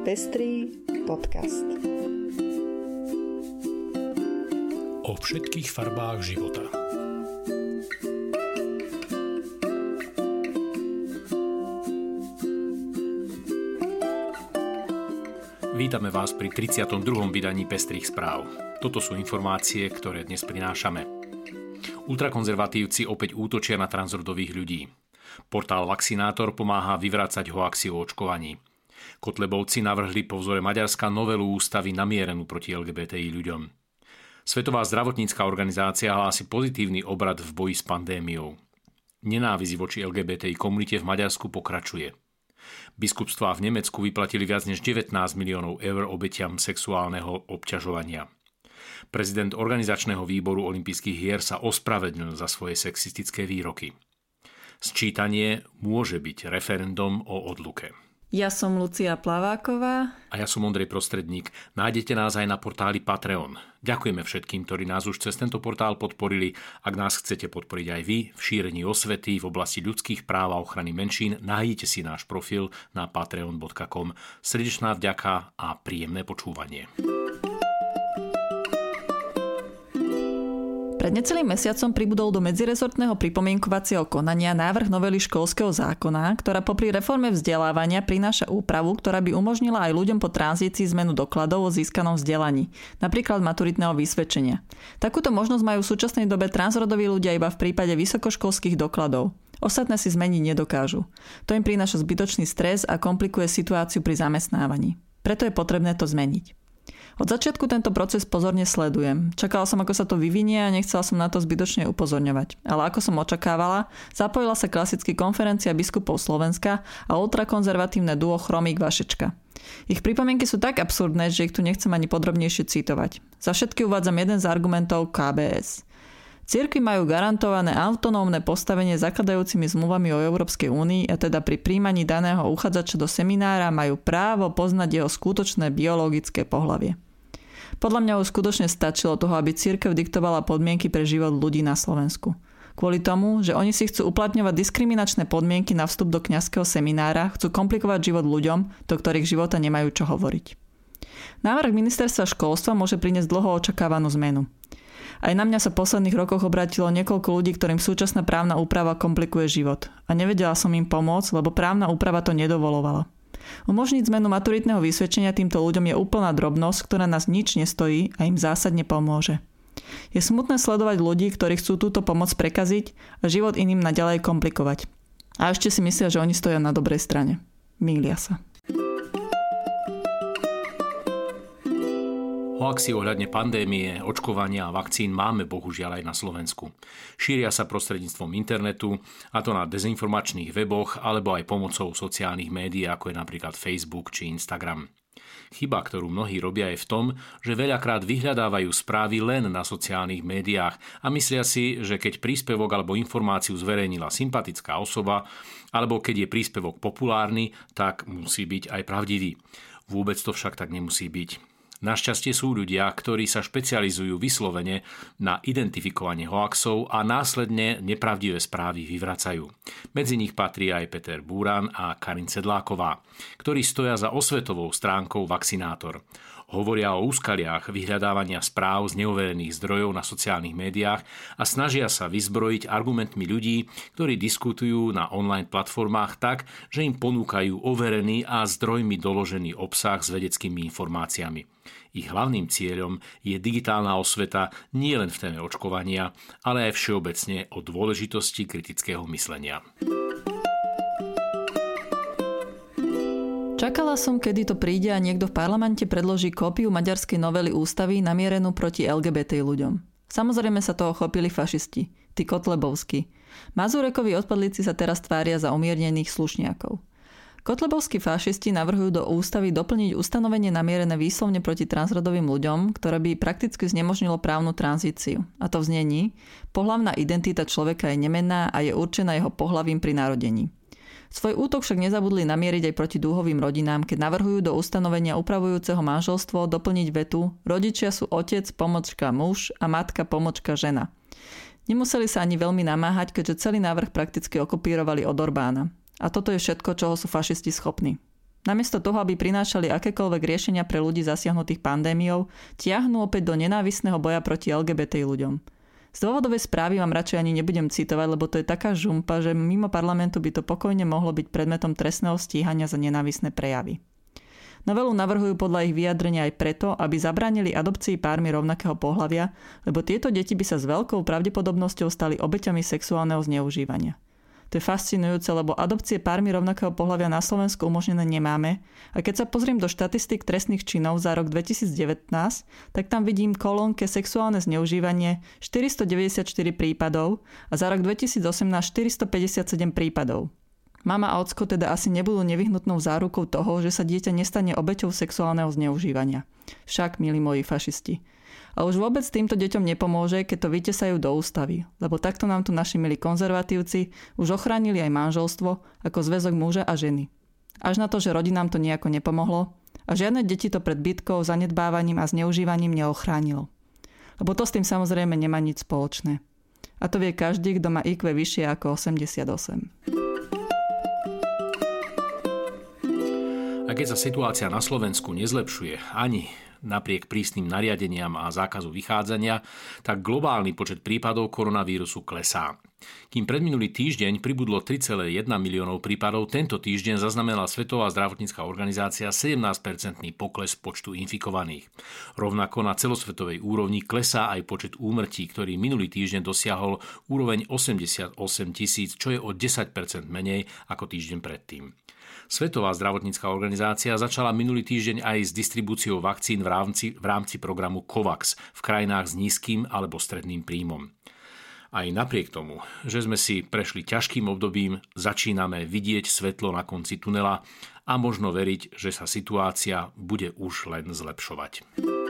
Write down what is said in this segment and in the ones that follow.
Pestrý podcast. O všetkých farbách života. Vítame vás pri 32. vydaní Pestrých správ. Toto sú informácie, ktoré dnes prinášame. Ultrakonzervatívci opäť útočia na transrodových ľudí. Portál Vakcinátor pomáha vyvracať hoaxy o očkovaní. Kotlebovci navrhli po vzore Maďarska novelu ústavy namierenú proti LGBTI ľuďom. Svetová zdravotnícka organizácia hlási pozitívny obrad v boji s pandémiou. Nenávisť voči LGBTI komunite v Maďarsku pokračuje. Biskupstvá v Nemecku vyplatili viac než 19 miliónov eur obetiam sexuálneho obťažovania. Prezident organizačného výboru olympijských hier sa ospravedlnil za svoje sexistické výroky. Sčítanie môže byť referendum o odluke. Ja som Lucia Plaváková. A ja som Ondrej Prostredník. Nájdete nás aj na portáli Patreon. Ďakujeme všetkým, ktorí nás už cez tento portál podporili. Ak nás chcete podporiť aj vy v šírení osvety v oblasti ľudských práv a ochrany menšín, nájdete si náš profil na patreon.com. Srdečná vďaka a príjemné počúvanie. Pred necelým mesiacom pribudol do medzirezortného pripomienkovacieho konania návrh novely školského zákona, ktorá popri reforme vzdelávania prináša úpravu, ktorá by umožnila aj ľuďom po tranzícii zmenu dokladov o získanom vzdelaní, napríklad maturitného vysvedčenia. Takúto možnosť majú v súčasnej dobe transrodoví ľudia iba v prípade vysokoškolských dokladov. Ostatné si zmeniť nedokážu. To im prináša zbytočný stres a komplikuje situáciu pri zamestnávaní. Preto je potrebné to zmeniť. Od začiatku tento proces pozorne sledujem. Čakala som, ako sa to vyvinie a nechcela som na to zbytočne upozorňovať. Ale ako som očakávala, zapojila sa klasicky konferencia biskupov Slovenska a ultrakonzervatívne duo Chromík Vašečka. Ich pripomienky sú tak absurdné, že ich tu nechcem ani podrobnejšie citovať. Za všetky uvádzam jeden z argumentov KBS. Cirkvi majú garantované autonómne postavenie zakladajúcimi zmluvami o Európskej únii a teda pri príjmaní daného uchádzača do seminára majú právo poznať jeho skutočné biologické pohlavie. Podľa mňa už skutočne stačilo toho, aby cirkev diktovala podmienky pre život ľudí na Slovensku. Kvôli tomu, že oni si chcú uplatňovať diskriminačné podmienky na vstup do kňazského seminára, chcú komplikovať život ľuďom, do ktorých života nemajú čo hovoriť. Návrh ministerstva školstva môže priniesť dlho očakávanú zmenu. Aj na mňa sa v posledných rokoch obrátilo niekoľko ľudí, ktorým súčasná právna úprava komplikuje život. A nevedela som im pomôcť, lebo právna úprava to nedovolovala. Umožniť zmenu maturitného vysvedčenia týmto ľuďom je úplná drobnosť, ktorá nás nič nestojí a im zásadne pomôže. Je smutné sledovať ľudí, ktorí chcú túto pomoc prekaziť a život iným naďalej komplikovať. A ešte si myslia, že oni stoja na dobrej strane. Mýlia sa. Hoaxy ohľadne pandémie, očkovania a vakcín máme bohužiaľ aj na Slovensku. Šíria sa prostredníctvom internetu, a to na dezinformačných weboch alebo aj pomocou sociálnych médií, ako je napríklad Facebook či Instagram. Chyba, ktorú mnohí robia, je v tom, že veľakrát vyhľadávajú správy len na sociálnych médiách a myslia si, že keď príspevok alebo informáciu zverejnila sympatická osoba, alebo keď je príspevok populárny, tak musí byť aj pravdivý. Vôbec to však tak nemusí byť. Našťastie sú ľudia, ktorí sa špecializujú vyslovene na identifikovanie hoaxov a následne nepravdivé správy vyvracajú. Medzi nich patrí aj Peter Búran a Karin Sedláková, ktorí stoja za osvetovou stránkou Vakcinátor. Hovoria o úskaliach vyhľadávania správ z neoverených zdrojov na sociálnych médiách a snažia sa vyzbrojiť argumentmi ľudí, ktorí diskutujú na online platformách tak, že im ponúkajú overený a zdrojmi doložený obsah s vedeckými informáciami. Ich hlavným cieľom je digitálna osveta nielen v téme očkovania, ale aj všeobecne o dôležitosti kritického myslenia. Čakala som, kedy to príde a niekto v parlamente predloží kópiu maďarskej novely ústavy namierenú proti LGBT ľuďom. Samozrejme sa toho chopili fašisti, tí kotlebovskí. Mazurekovi odpadlíci sa teraz tvária za umiernených slušniakov. Kotlebovskí fašisti navrhujú do ústavy doplniť ustanovenie namierené výslovne proti transrodovým ľuďom, ktoré by prakticky znemožnilo právnu tranzíciu. A to v znení: pohlavná identita človeka je nemenná a je určená jeho pohlavím pri narodení. Svoj útok však nezabudli namieriť aj proti dúhovým rodinám, keď navrhujú do ustanovenia upravujúceho manželstvo doplniť vetu: rodičia sú otec, pomočka muž a matka, pomočka žena. Nemuseli sa ani veľmi namáhať, keďže celý návrh prakticky okopírovali od Orbána. A toto je všetko, čoho sú fašisti schopní. Namiesto toho, aby prinášali akékoľvek riešenia pre ľudí zasiahnutých pandémiou, tiahnú opäť do nenávistného boja proti LGBT ľuďom. Z dôvodovej správy vám radšej ani nebudem citovať, lebo to je taká žumpa, že mimo parlamentu by to pokojne mohlo byť predmetom trestného stíhania za nenávistné prejavy. Novelu navrhujú podľa ich vyjadrenia aj preto, aby zabránili adopcii pármi rovnakého pohlavia, lebo tieto deti by sa s veľkou pravdepodobnosťou stali obeťami sexuálneho zneužívania. To je fascinujúce, lebo adopcie pármi rovnakého pohlavia na Slovensku umožnené nemáme a keď sa pozriem do štatistík trestných činov za rok 2019, tak tam vidím v kolónke sexuálne zneužívanie 494 prípadov a za rok 2018 457 prípadov. Mama a ocko teda asi nebudú nevyhnutnou zárukou toho, že sa dieťa nestane obeťou sexuálneho zneužívania. Však, milí moji fašisti. A už vôbec týmto deťom nepomôže, keď to vytesajú do ústavy, lebo takto nám tu naši milí konzervatívci už ochránili aj manželstvo ako zväzok muža a ženy. Až na to, že rodinám to nejako nepomohlo a žiadne deti to pred bitkou, zanedbávaním a zneužívaním neochránilo. Lebo to s tým samozrejme nemá nič spoločné. A to vie každý, kto má IQ vyššie ako 88. A keď sa situácia na Slovensku nezlepšuje ani napriek prísnym nariadeniam a zákazu vychádzania, tak globálny počet prípadov koronavírusu klesá. Kým predminulý týždeň pribudlo 3,1 miliónov prípadov, tento týždeň zaznamenala Svetová zdravotnícka organizácia 17% pokles počtu infikovaných. Rovnako na celosvetovej úrovni klesá aj počet úmrtí, ktorý minulý týždeň dosiahol úroveň 88 000, čo je o 10% menej ako týždeň predtým. Svetová zdravotnícka organizácia začala minulý týždeň aj s distribúciou vakcín v rámci programu COVAX v krajinách s nízkym alebo stredným príjmom. Aj napriek tomu, že sme si prešli ťažkým obdobím, začíname vidieť svetlo na konci tunela a možno veriť, že sa situácia bude už len zlepšovať.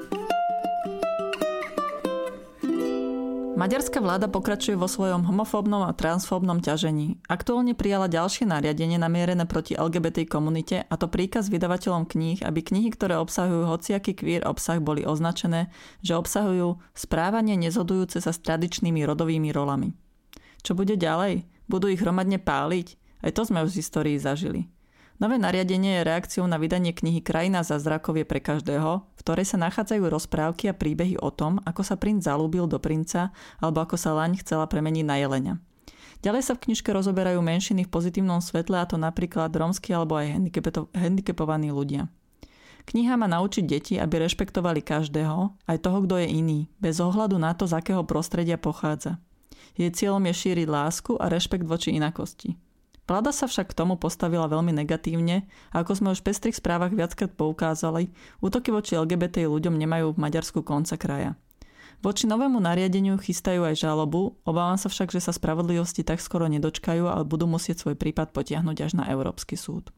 Maďarská vláda pokračuje vo svojom homofóbnom a transfóbnom ťažení. Aktuálne prijala ďalšie nariadenie namierené proti LGBT komunite, a to príkaz vydavateľom kníh, aby knihy, ktoré obsahujú hociaký queer obsah, boli označené, že obsahujú správanie nezhodujúce sa s tradičnými rodovými rolami. Čo bude ďalej? Budú ich hromadne páliť? Aj to sme už z histórii zažili. Nové nariadenie je reakciou na vydanie knihy Krajina zázrakov je pre každého, v ktorej sa nachádzajú rozprávky a príbehy o tom, ako sa princ zalúbil do princa alebo ako sa laň chcela premeniť na jelenia. Ďalej sa v knižke rozoberajú menšiny v pozitívnom svetle, a to napríklad rómski alebo aj handicapovaní ľudia. Kniha má naučiť deti, aby rešpektovali každého, aj toho, kto je iný, bez ohľadu na to, z akého prostredia pochádza. Jej cieľom je šíriť lásku a rešpekt voči inakosti. Vláda sa však k tomu postavila veľmi negatívne a ako sme už v pestrých správach viackrát poukázali, útoky voči LGBT ľuďom nemajú v Maďarsku konca kraja. Voči novému nariadeniu chystajú aj žalobu, obávam sa však, že sa spravodlivosti tak skoro nedočkajú, ale budú musieť svoj prípad potiahnuť až na Európsky súd.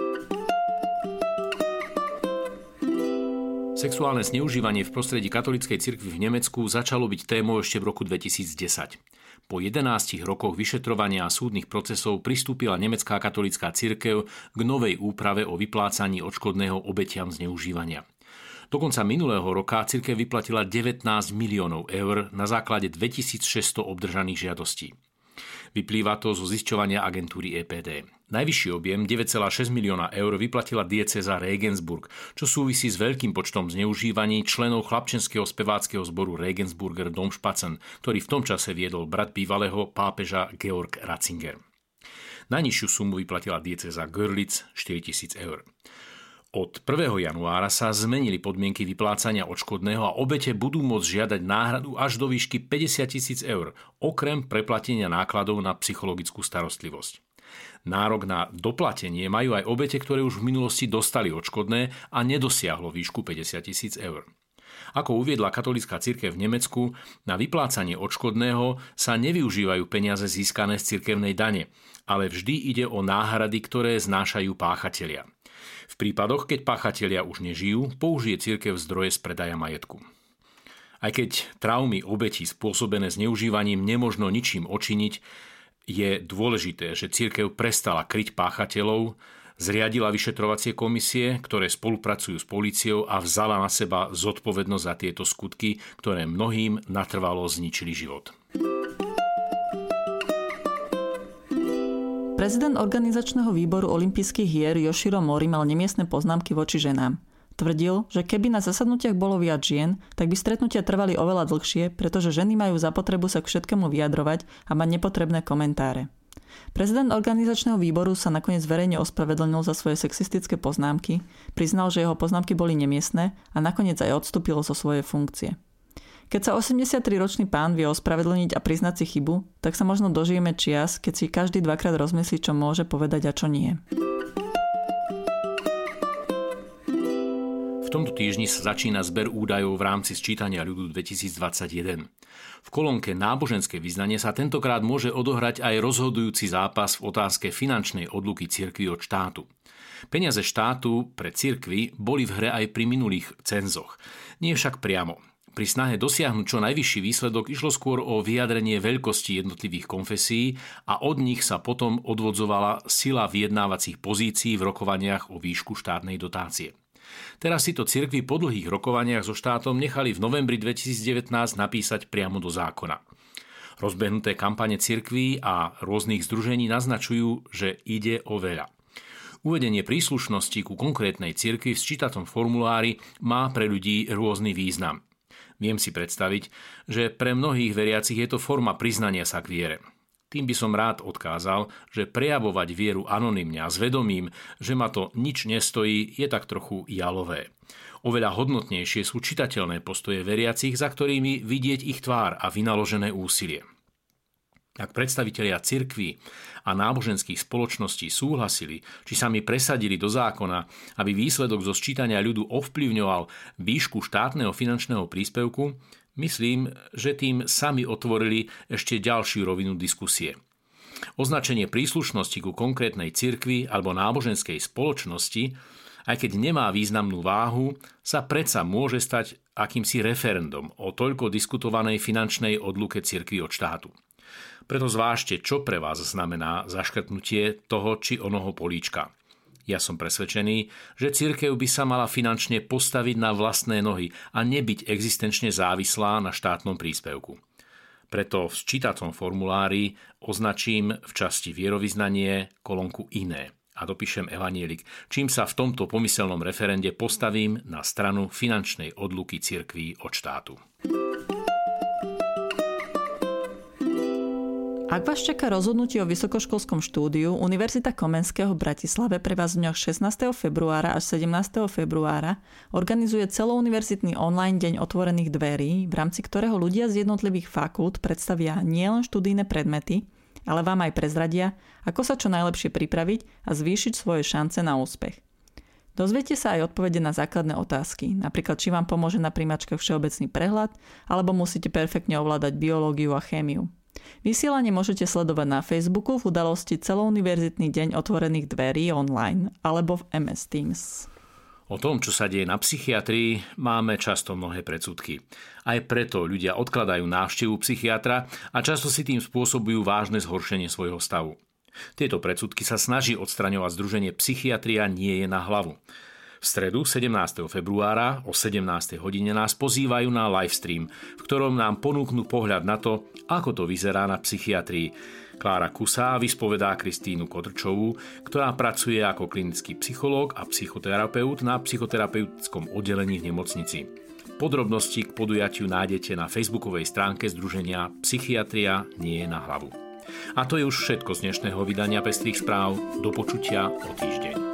Sexuálne zneužívanie v prostredí katolíckej cirkvi v Nemecku začalo byť témou ešte v roku 2010. Po 11 rokoch vyšetrovania a súdnych procesov pristúpila nemecká katolícka cirkev k novej úprave o vyplácaní odškodného obetiam zneužívania. Do konca minulého roka cirkev vyplatila 19 miliónov eur na základe 2600 obdržaných žiadostí. Vyplýva to zo zisťovania agentúry EPD. Najvyšší objem 9,6 milióna eur vyplatila diecéza Regensburg, čo súvisí s veľkým počtom zneužívaní členov chlapčenského speváckeho zboru Regensburger Domspatzen, ktorý v tom čase viedol brat bývalého pápeža Georg Ratzinger. Najnižšiu sumu vyplatila diecéza Görlitz 4 000 eur. Od 1. januára sa zmenili podmienky vyplácania odškodného a obete budú môcť žiadať náhradu až do výšky 50 000 eur, okrem preplatenia nákladov na psychologickú starostlivosť. Nárok na doplatenie majú aj obete, ktoré už v minulosti dostali odškodné a nedosiahlo výšku 50 000 eur. Ako uviedla katolícka cirkev v Nemecku, na vyplácanie odškodného sa nevyužívajú peniaze získané z cirkevnej dane, ale vždy ide o náhrady, ktoré znášajú páchatelia. V prípadoch, keď páchatelia už nežijú, použije cirkev zdroje z predaja majetku. Aj keď traumy obetí spôsobené zneužívaním nemožno ničím očiniť, je dôležité, že cirkev prestala kryť páchateľov, zriadila vyšetrovacie komisie, ktoré spolupracujú s políciou a vzala na seba zodpovednosť za tieto skutky, ktoré mnohým natrvalo zničili život. Prezident organizačného výboru olympijských hier Yoshiro Mori mal nemiestne poznámky voči ženám. Tvrdil, že keby na zasadnutiach bolo viac žien, tak by stretnutia trvali oveľa dlhšie, pretože ženy majú zapotrebu sa k všetkému vyjadrovať a mať nepotrebné komentáre. Prezident organizačného výboru sa nakoniec verejne ospravedlnil za svoje sexistické poznámky, priznal, že jeho poznámky boli nemiestne a nakoniec aj odstúpil zo svojej funkcie. Keď sa 83-ročný pán vie ospravedlniť a priznať si chybu, tak sa možno dožijeme čias, keď si každý dvakrát rozmyslí, čo môže povedať a čo nie. V tomto týždni sa začína zber údajov v rámci sčítania ľudu 2021. V kolónke náboženské vyznanie sa tentokrát môže odohrať aj rozhodujúci zápas v otázke finančnej odluky cirkvi od štátu. Peniaze štátu pre cirkvi boli v hre aj pri minulých cenzoch. Nie však priamo. Pri snahe dosiahnuť čo najvyšší výsledok išlo skôr o vyjadrenie veľkosti jednotlivých konfesií a od nich sa potom odvodzovala sila vyjednávacích pozícií v rokovaniach o výšku štátnej dotácie. Teraz si to cirkvi po dlhých rokovaniach so štátom nechali v novembri 2019 napísať priamo do zákona. Rozbehnuté kampane cirkví a rôznych združení naznačujú, že ide o veľa. Uvedenie príslušnosti ku konkrétnej cirkvi v sčítatom formulári má pre ľudí rôzny význam. Viem si predstaviť, že pre mnohých veriacich je to forma priznania sa k viere. Tým by som rád odkázal, že prejavovať vieru anonymne a s vedomím, že ma to nič nestojí, je tak trochu jalové. Oveľa hodnotnejšie sú čitateľné postoje veriacich, za ktorými vidieť ich tvár a vynaložené úsilie. Ak predstavitelia cirkví a náboženských spoločností súhlasili, či sami presadili do zákona, aby výsledok zo sčítania ľudu ovplyvňoval výšku štátneho finančného príspevku, myslím, že tým sami otvorili ešte ďalšiu rovinu diskusie. Označenie príslušnosti ku konkrétnej cirkvi alebo náboženskej spoločnosti, aj keď nemá významnú váhu, sa predsa môže stať akýmsi referendum o toľko diskutovanej finančnej odluke cirkvi od štátu. Preto zvážte, čo pre vás znamená zaškrtnutie toho či onoho políčka. Ja som presvedčený, že cirkev by sa mala finančne postaviť na vlastné nohy a nebyť existenčne závislá na štátnom príspevku. Preto v sčítacom formulári označím v časti vierovyznanie kolónku iné a dopíšem evanjelik, čím sa v tomto pomyselnom referende postavím na stranu finančnej odluky cirkví od štátu. Ak vás čaká rozhodnutie o vysokoškolskom štúdiu, Univerzita Komenského v Bratislave pre vás v dňoch 16. februára až 17. februára organizuje celouniverzitný online deň otvorených dverí, v rámci ktorého ľudia z jednotlivých fakult predstavia nielen študijné predmety, ale vám aj prezradia, ako sa čo najlepšie pripraviť a zvýšiť svoje šance na úspech. Dozviete sa aj odpovede na základné otázky, napríklad či vám pomôže na prijímačkách všeobecný prehľad, alebo musíte perfektne ovládať biológiu a chémiu. Vysielanie môžete sledovať na Facebooku v udalosti Celouniverzitný deň otvorených dverí online alebo v MS Teams. O tom, čo sa deje na psychiatrii, máme často mnohé predsudky. Aj preto ľudia odkladajú návštevu psychiatra a často si tým spôsobujú vážne zhoršenie svojho stavu. Tieto predsudky sa snaží odstraňovať združenie Psychiatria nie je na hlavu. V stredu 17. februára o 17. hodine nás pozývajú na livestream, v ktorom nám ponúknú pohľad na to, ako to vyzerá na psychiatrii. Klára Kusá vyspovedá Kristínu Kotrčovú, ktorá pracuje ako klinický psychológ a psychoterapeut na psychoterapeutickom oddelení v nemocnici. Podrobnosti k podujatiu nájdete na facebookovej stránke združenia Psychiatria nie je na hlavu. A to je už všetko z dnešného vydania Pestrých správ. Do počutia o týždeň.